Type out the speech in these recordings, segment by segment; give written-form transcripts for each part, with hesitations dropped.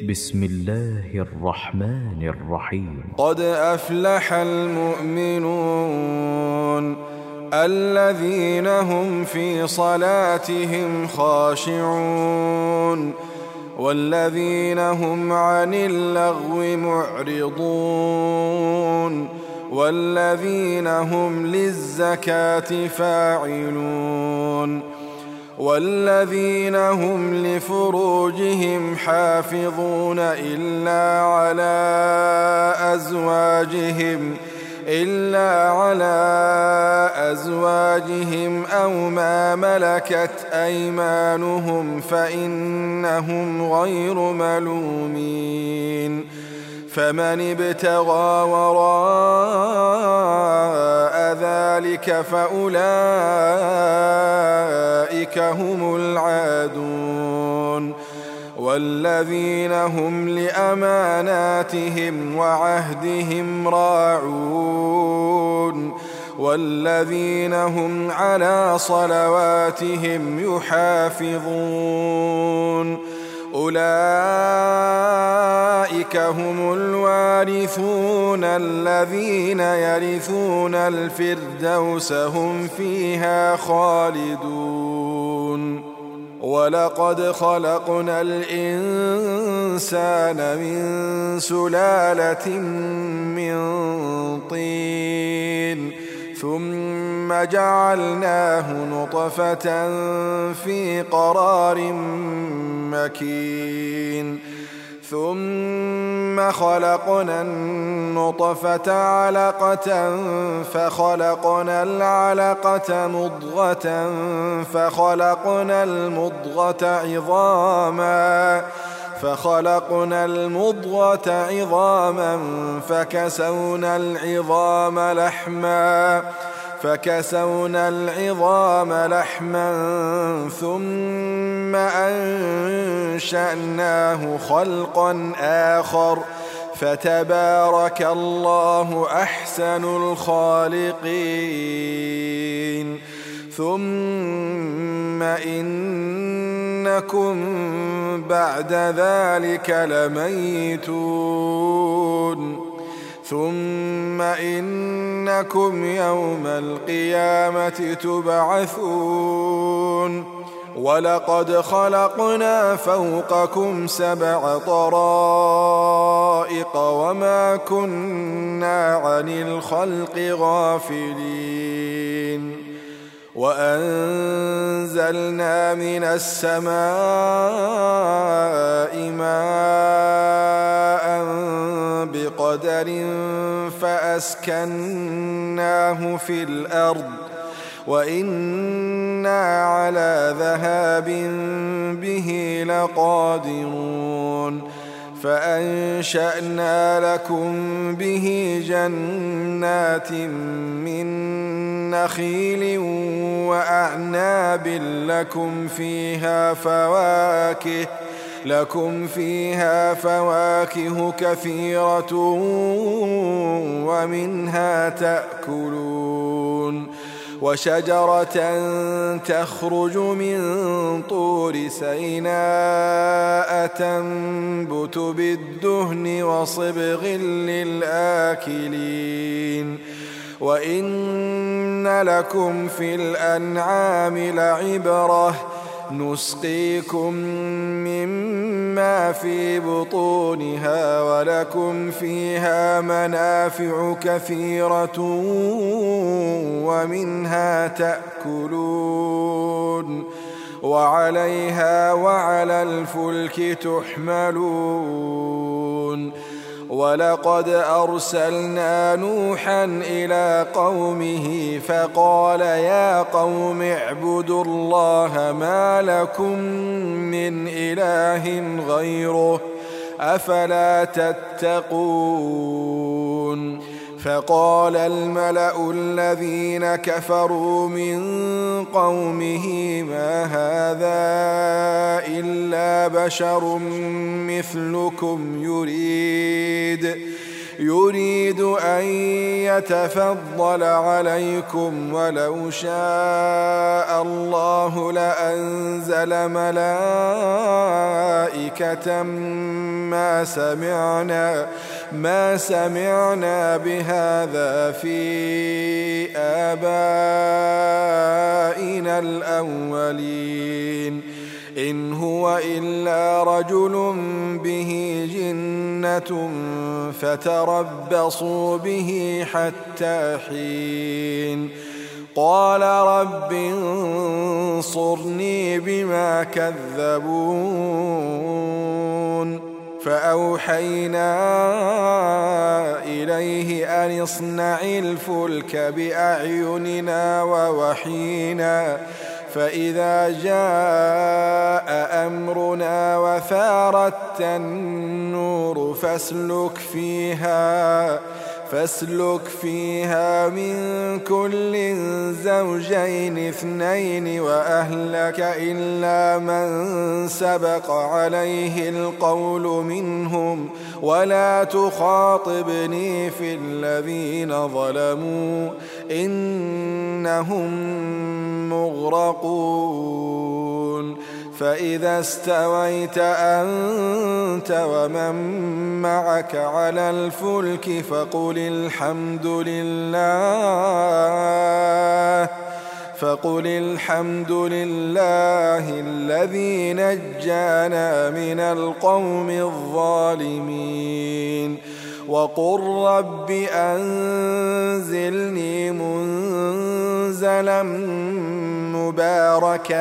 بسم الله الرحمن الرحيم. قد أفلح المؤمنون الذين هم في صلاتهم خاشعون والذين هم عن اللغو معرضون والذين هم للزكاة فاعلون والذين هم لفروجهم حافظون إلا على أزواجهم أو ما ملكت أيمانهم فإنهم غير ملومين فمن ابتغى وراء ذلك فأولئك هم العادون والذين هم لأماناتهم وعهدهم راعون والذين هم على صلواتهم يحافظون أولئك هم الوارثون الذين يرثون الفردوس هم فيها خالدون ولقد خلقنا الإنسان من سلالة من طين ثم جعلناه نطفة في قرار مكين ثم خلقنا النطفة علقة فخلقنا العلقة مضغة فخلقنا المضغة عظاما فكسونا العظام لحما ثم أنشأناه خلقا آخر فتبارك الله أحسن الخالقين ثم إنكم بعد ذلك لميتون ثم إنكم يوم القيامة تبعثون ولقد خلقنا فوقكم 7 طرائق وما كنا عن الخلق غافلين وأنزلنا من السماء ماء بقدر فأسكناه في الأرض وإنا على ذهاب به لقادرون فأنشأنا لكم به جنات من نخيل وأعناب لكم فيها فواكه كثيرة ومنها تأكلون وشجرة تخرج من طور سيناء تنبت بالدهن وصبغ للآكلين وإن لكم في الأنعام لعبرة نسقيكم مما في بطونها ولكم فيها منافع كثيرة ومنها تأكلون وعليها وعلى الفلك تحملون ولقد أرسلنا نوحا إلى قومه فقال يا قوم اعبدوا الله ما لكم من إله غيره أفلا تتقون فقال الملأ الذين كفروا من قومه ما هذا إلا بشر مثلكم يريد أن يتفضل عليكم ولو شاء الله لأنزل ملائكة ما سمعنا بهذا في آبائنا الأولين إن هو إلا رجل به جنة فتربصوا به حتى حين قال رب انصرني بما كذبون فأوحينا إليه أن اصنع الفلك بأعيننا ووحينا فإذا جاء أمرنا وفارت النور فاسلك فيها من كل زوجين اثنين وأهلك إلا من سبق عليه القول منهم ولا تخاطبني في الذين ظلموا إنهم مغرقون فإذا استويت أنت ومن معك على الفلك فقل الحمد لله الذي نجانا من القوم الظالمين وقل رب أنزلني منزلا مباركا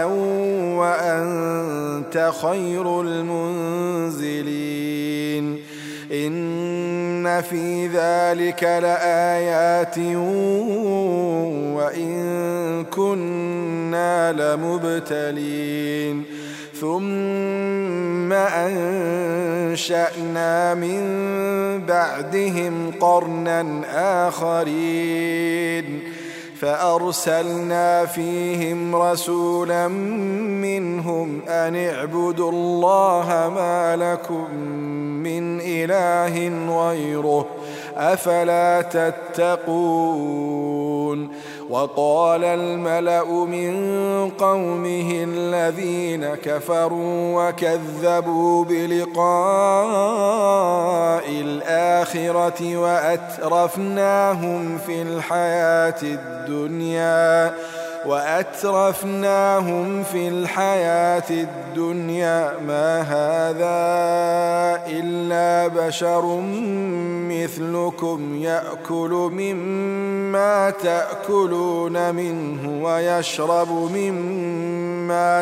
وأنت خير المنزلين إن في ذلك لآيات وإن كنا لمبتلين ثم أنشأنا من بعدهم قرنا آخرين فأرسلنا فيهم رسولا منهم أن اعبدوا الله ما لكم من إله غيره أفلا تتقون وقال الملأ من قومه الذين كفروا وكذبوا بلقاء الآخرة وأترفناهم في الحياة الدنيا ما هذا إلا بشر مثلكم يأكل مما تأكلون منه ويشرب مما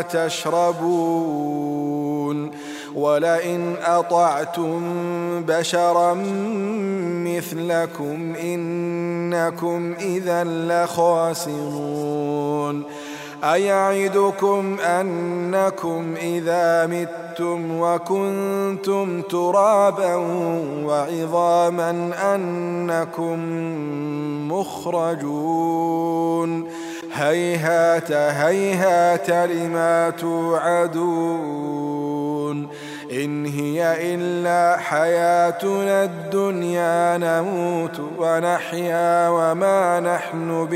تشربون ولئن أطعتم بشرا مثلكم إنكم إذا لخاسرون أيعدكم أنكم إذا متم وكنتم ترابا وعظاما أنكم مخرجون هيهات هيهات لما توعدون إن هي إلا حياتنا الدنيا نموت ونحيا وما نحن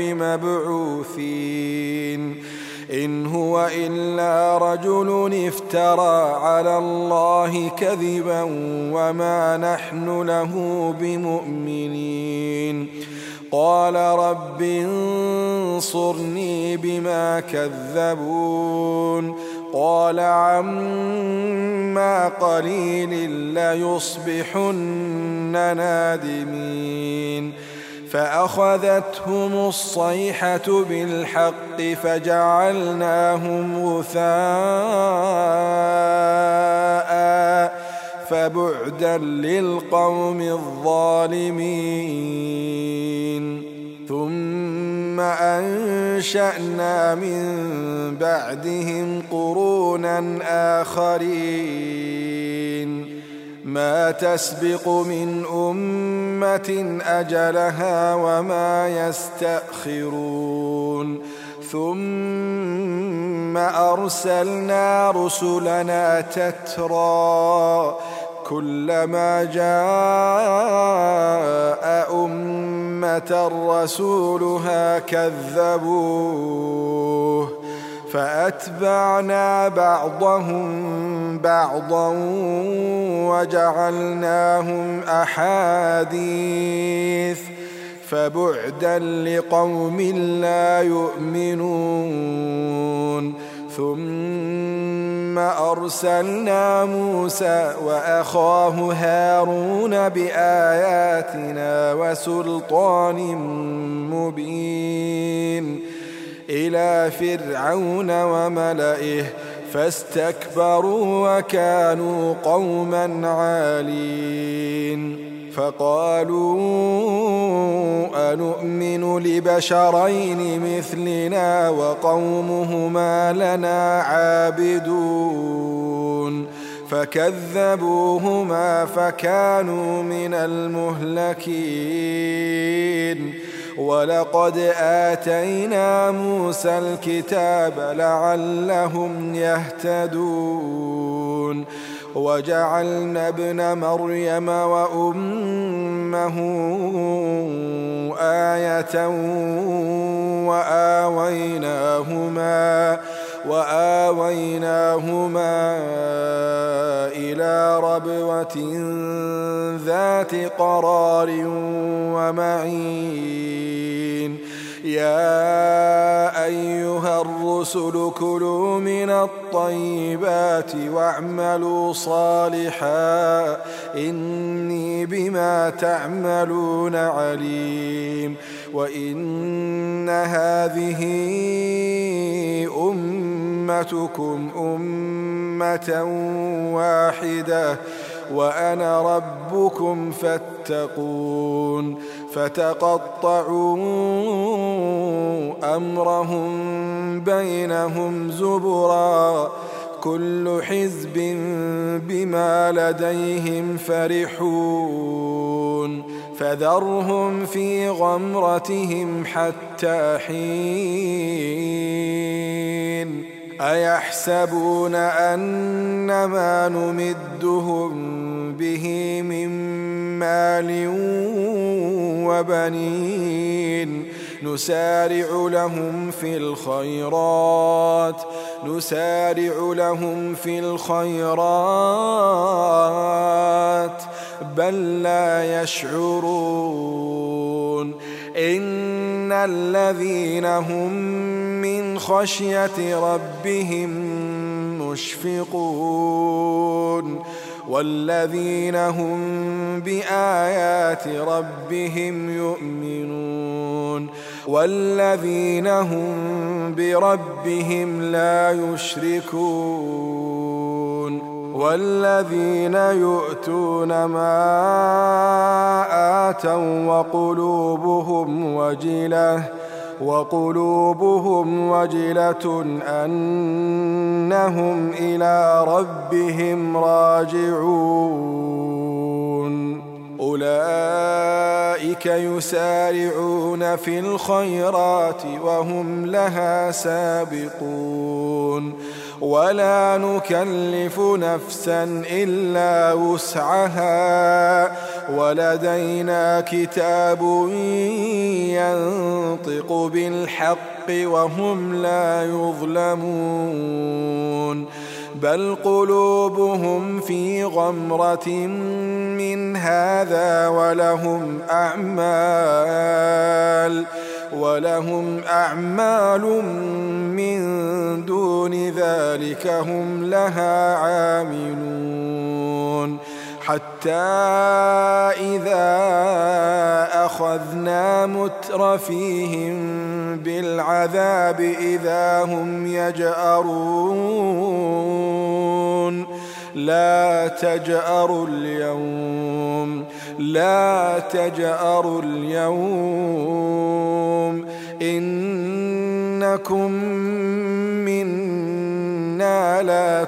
بمبعوثين إن هو إلا رجل افترى على الله كذبا وما نحن له بمؤمنين قال رب انصرني بما كذبون قال عما قليل ليصبحن نادمين فأخذتهم الصيحة بالحق فجعلناهم غثاء فبعدا للقوم الظالمين ثم أنشأنا من بعدهم قرونا آخرين ما تسبق من أمة أجلها وما يستأخرون ثم أرسلنا رسلنا تترى كلما جاء أمة رسولها كذبوه فأتبعنا بعضهم بعضا وجعلناهم أحاديث فبعدا لقوم لا يؤمنون ثم أرسلنا موسى وأخاه هارون بآياتنا وسلطان مبين إلى فرعون وملئه فاستكبروا وكانوا قوما عالين فقالوا أنؤمن لبشرين مثلنا وقومهما لنا عابدون فكذبوهما فكانوا من المهلكين ولقد آتينا موسى الكتاب لعلهم يهتدون وجعلنا ابن مريم وأمه آية وآويناهما إلى ربوة ذات قرار ومعين يا أيها الرسل كلوا من الطيبات واعملوا صالحا إني بما تعملون عليم وإن هذه أمتكم أمة واحدة وأنا ربكم فاتقون فتقطعوا أمرهم بينهم زبرا كل حزب بما لديهم فرحون فذرهم في غمرتهم حتى حين أيحسبون أن ما نمدهم به من مال وبنين نسارع لهم في الخيرات بل لا يشعرون إن الذين هم من خشية ربهم مشفقون والذين هم بآيات ربهم يؤمنون والذين هم بربهم لا يشركون والذين يؤتون ما آتوا وقلوبهم وجلة أنهم إلى ربهم راجعون أولئك يسارعون في الخيرات وهم لها سابقون ولا نكلف نفسا إلا وسعها ولدينا كتاب ينطق بالحق وهم لا يظلمون بل قلوبهم في غمرة من هذا ولهم أعمال من دون ذلك هم لها عاملون حتى إذا أخذنا مترفيهم بالعذاب إذا هم يجأرون لا تجأروا اليوم إنكم منا لا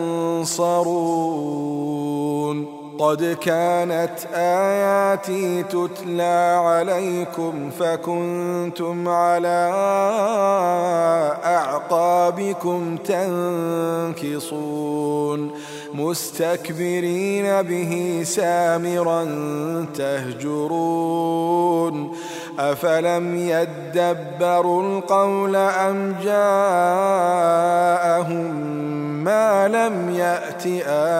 تنصرون قد كانت آياتي تتلى عليكم فكنتم على أعقابكم تنكصون مستكبرين به سامرا تهجرون أفلم يدبروا القول أم جاءهم ما لم يأت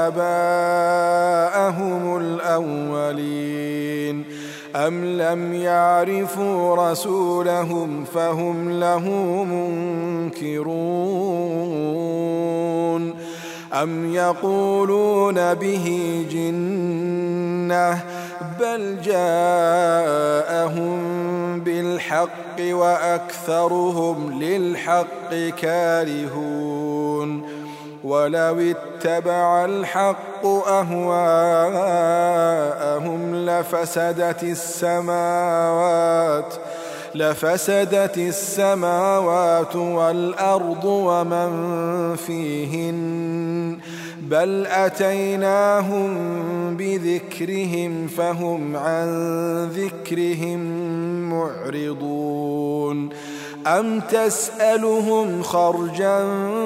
آباءهم الأولين أم لم يعرفوا رسولهم فهم له منكرون أم يقولون به جنة بل جاءهم بالحق وأكثرهم للحق كارهون ولو اتبع الحق أهواءهم لفسدت السماوات والأرض ومن فيهن بل أتيناهم بذكرهم فهم عن ذكرهم معرضون أم تسألهم خرجا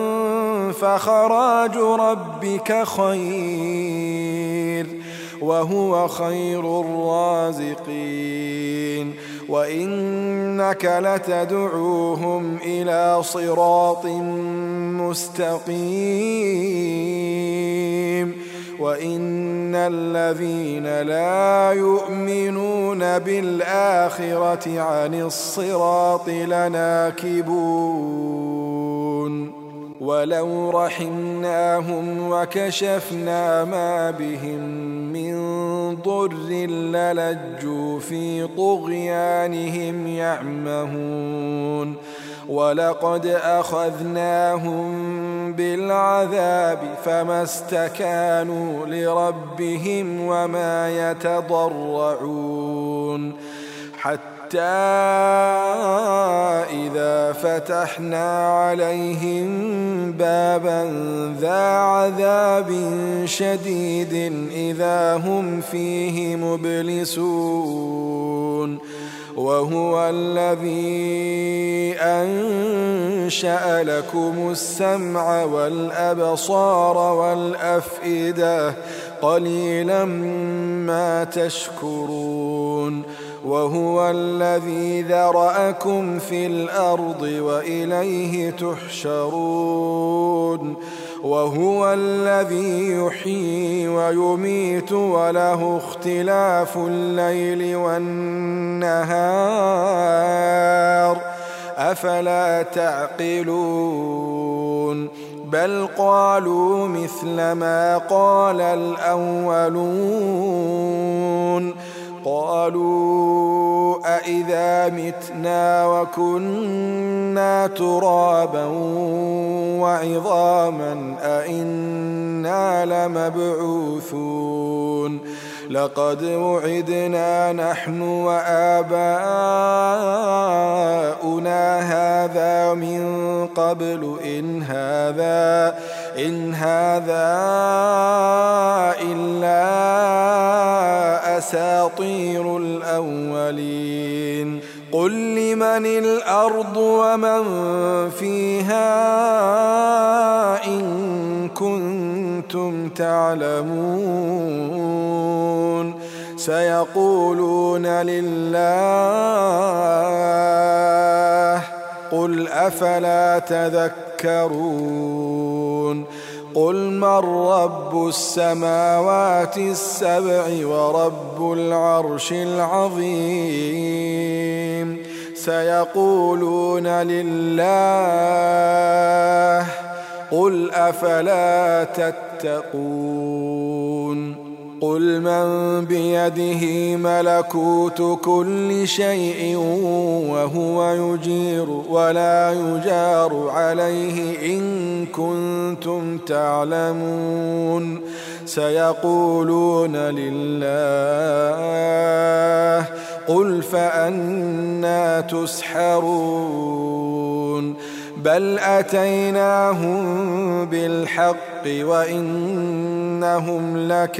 فخراج ربك خير وهو خير الرازقين وإنك لتدعوهم إلى صراط مستقيم وإن الذين لا يؤمنون بالآخرة عن الصراط لناكبون ولو رحمناهم وكشفنا ما بهم من ضر للجوا في طغيانهم يعمهون ولقد أخذناهم بالعذاب فما استكانوا لربهم وما يتضرعون حتى إذا فتحنا عليهم بابا ذا عذاب شديد إذا هم فيه مبلسون وهو الذي أنشأ لكم السمع والأبصار والأفئدة قليلا ما تشكرون وهو الذي ذرأكم في الأرض وإليه تحشرون وهو الذي يحيي ويميت وله اختلاف الليل والنهار أفلا تعقلون بل قالوا مثل ما قال الأولون قالوا أإذا متنا وكنا ترابا وعظاما أإنا لمبعوثون لقد وعدنا نحن وآباؤنا هذا من قبل إن هذا إلا أساطير الأولين قل لمن الأرض ومن فيها إن كنتم تعلمون سيقولون لله قل أفلا تذكرون قل من رب السماوات السبع ورب العرش العظيم سيقولون لله قل أفلا تتقون قل من بيده ملكوت كل شيء وهو يجير ولا يجار عليه إن كنتم تعلمون سيقولون لله قل فأنى تسحرون بل أتيناهم بالحق وإنهم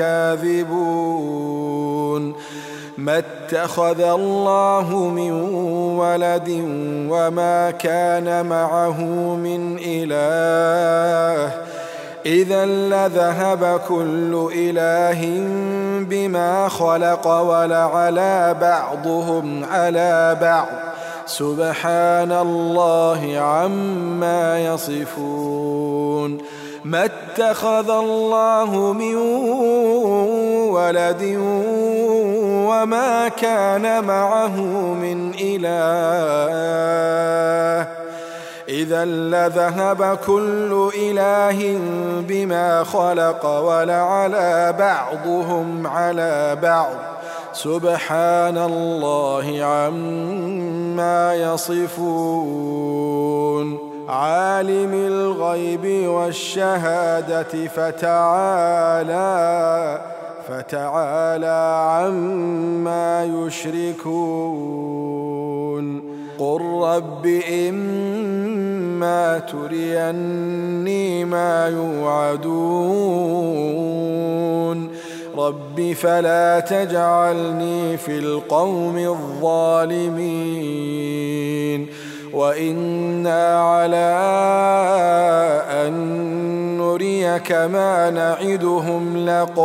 لكاذبون ما اتخذ الله من ولد وما كان معه من إله إذا لذهب كل إله بما خلق ولعلى بعضهم على بعض سبحان الله عما يصفون. ما اتخذ الله من ولد وما كان معه من إله إذا لذهب كل إله بما خلق ولعلى بعضهم على بعض سبحان الله عما يصفون. عالم الغيب والشهادة فتعالى عما يشركون. قل رب إما تريني ما يوعدون رب فلا تجعلني في القوم الظالمين وإنا على أن نريك ما نعدهم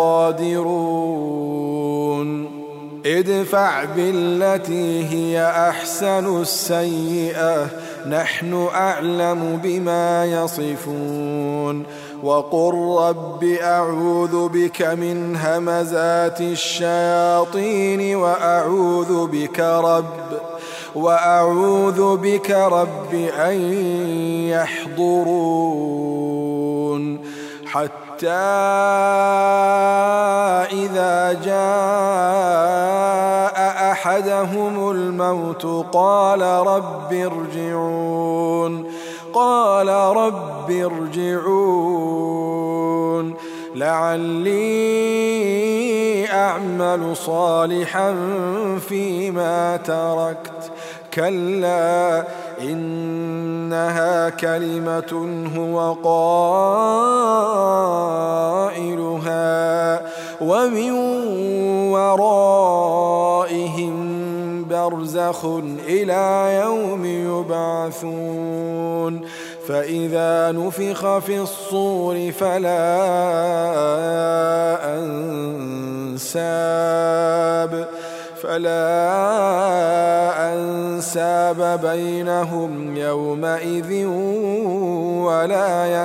لقادرون. ادفع بالتي هي أحسن السيئة نحن أعلم بما يصفون. وقل رب أعوذ بك من همزات الشياطين وأعوذ بك رب أن يحضرون. حتى إذا جاء أحدهم الموت قال رب ارجعون لعلي أعمل صالحا فيما تركت كلا إنها كلمة هو قائلها ومن ورائهم برزخ إلى يوم يبعثون. فإذا نفخ في الصور فلا أنساب بينهم يومئذ ولا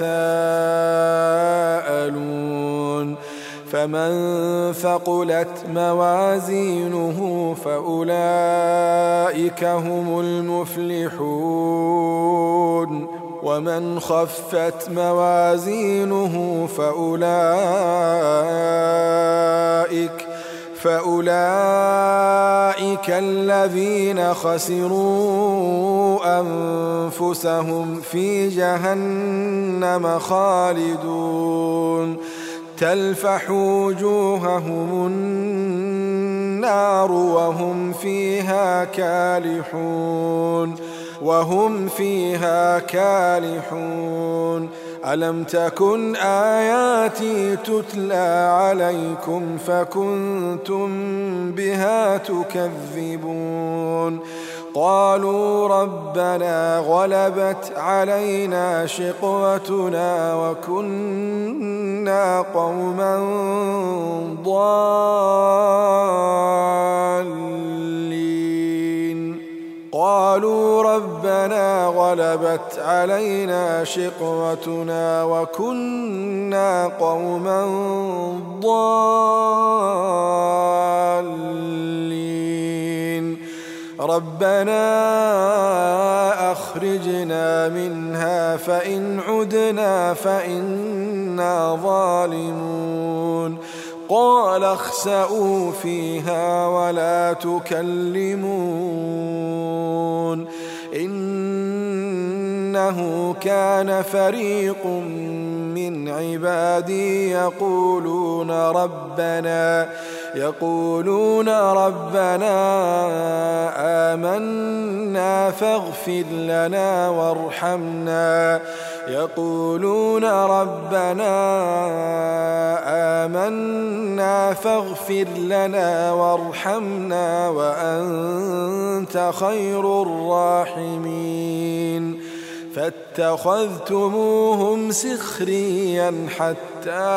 يتساءلون. فمن ثقلت موازينه فأولئك هم المفلحون ومن خفت موازينه فأولئك الذين خسروا أنفسهم في جهنم خالدون تلفح وجوههم النار وهم فيها كالحون. ألم تكن آياتي تتلى عليكم فكنتم بها تكذبون. قالوا ربنا غلبت علينا شقوتنا وكنا قوما ضالين. قالوا ربنا غلبت علينا شقوتنا وكنا قوما ضالين. ربنا أخرجنا منها فإن عدنا فإنا ظالمون. قال اخسئوا فيها ولا تكلمون إنه كان فريق من عبادي يقولون ربنا آمنا فاغفر لنا وارحمنا وأنت خير الراحمين. فاتخذتموهم سخريا حتى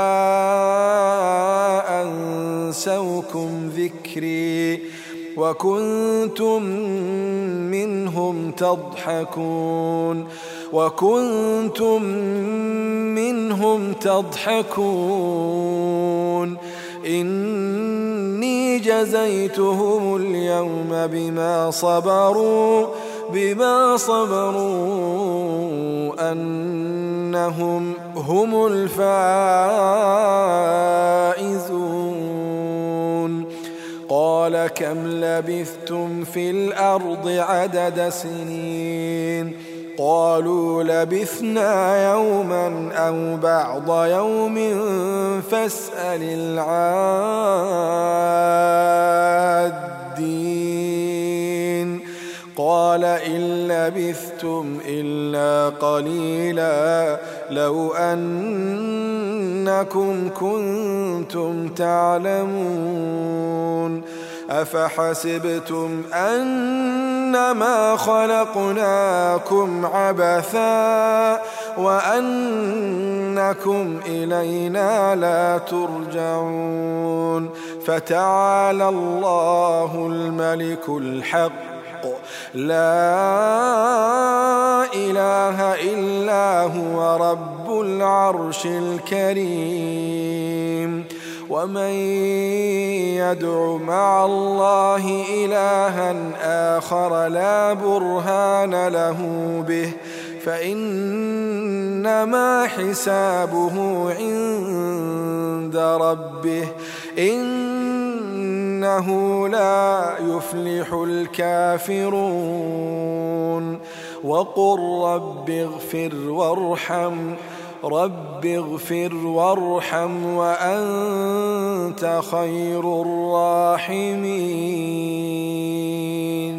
أنسوكم ذكري وكنتم منهم تضحكون إني جزيتهم اليوم بما صبروا أنهم هم الفائزون قال كم لبثتم في الأرض عدد سنين قالوا لبثنا يوما أو بعض يوم فاسأل العادين قال إن لبثتم إلا قليلا لو أنكم كنتم تعلمون أفحسبتم أنما خلقناكم عبثا وأنكم إلينا لا ترجعون فتعالى الله الملك الحق لا إله إلا هو رب العرش الكريم ومن يدع مع الله إلها آخر لا برهان له به فإنما حسابه عند ربه إنه لا يفلح الكافرون وقل رب اغفر وارحم وأنت خير الراحمين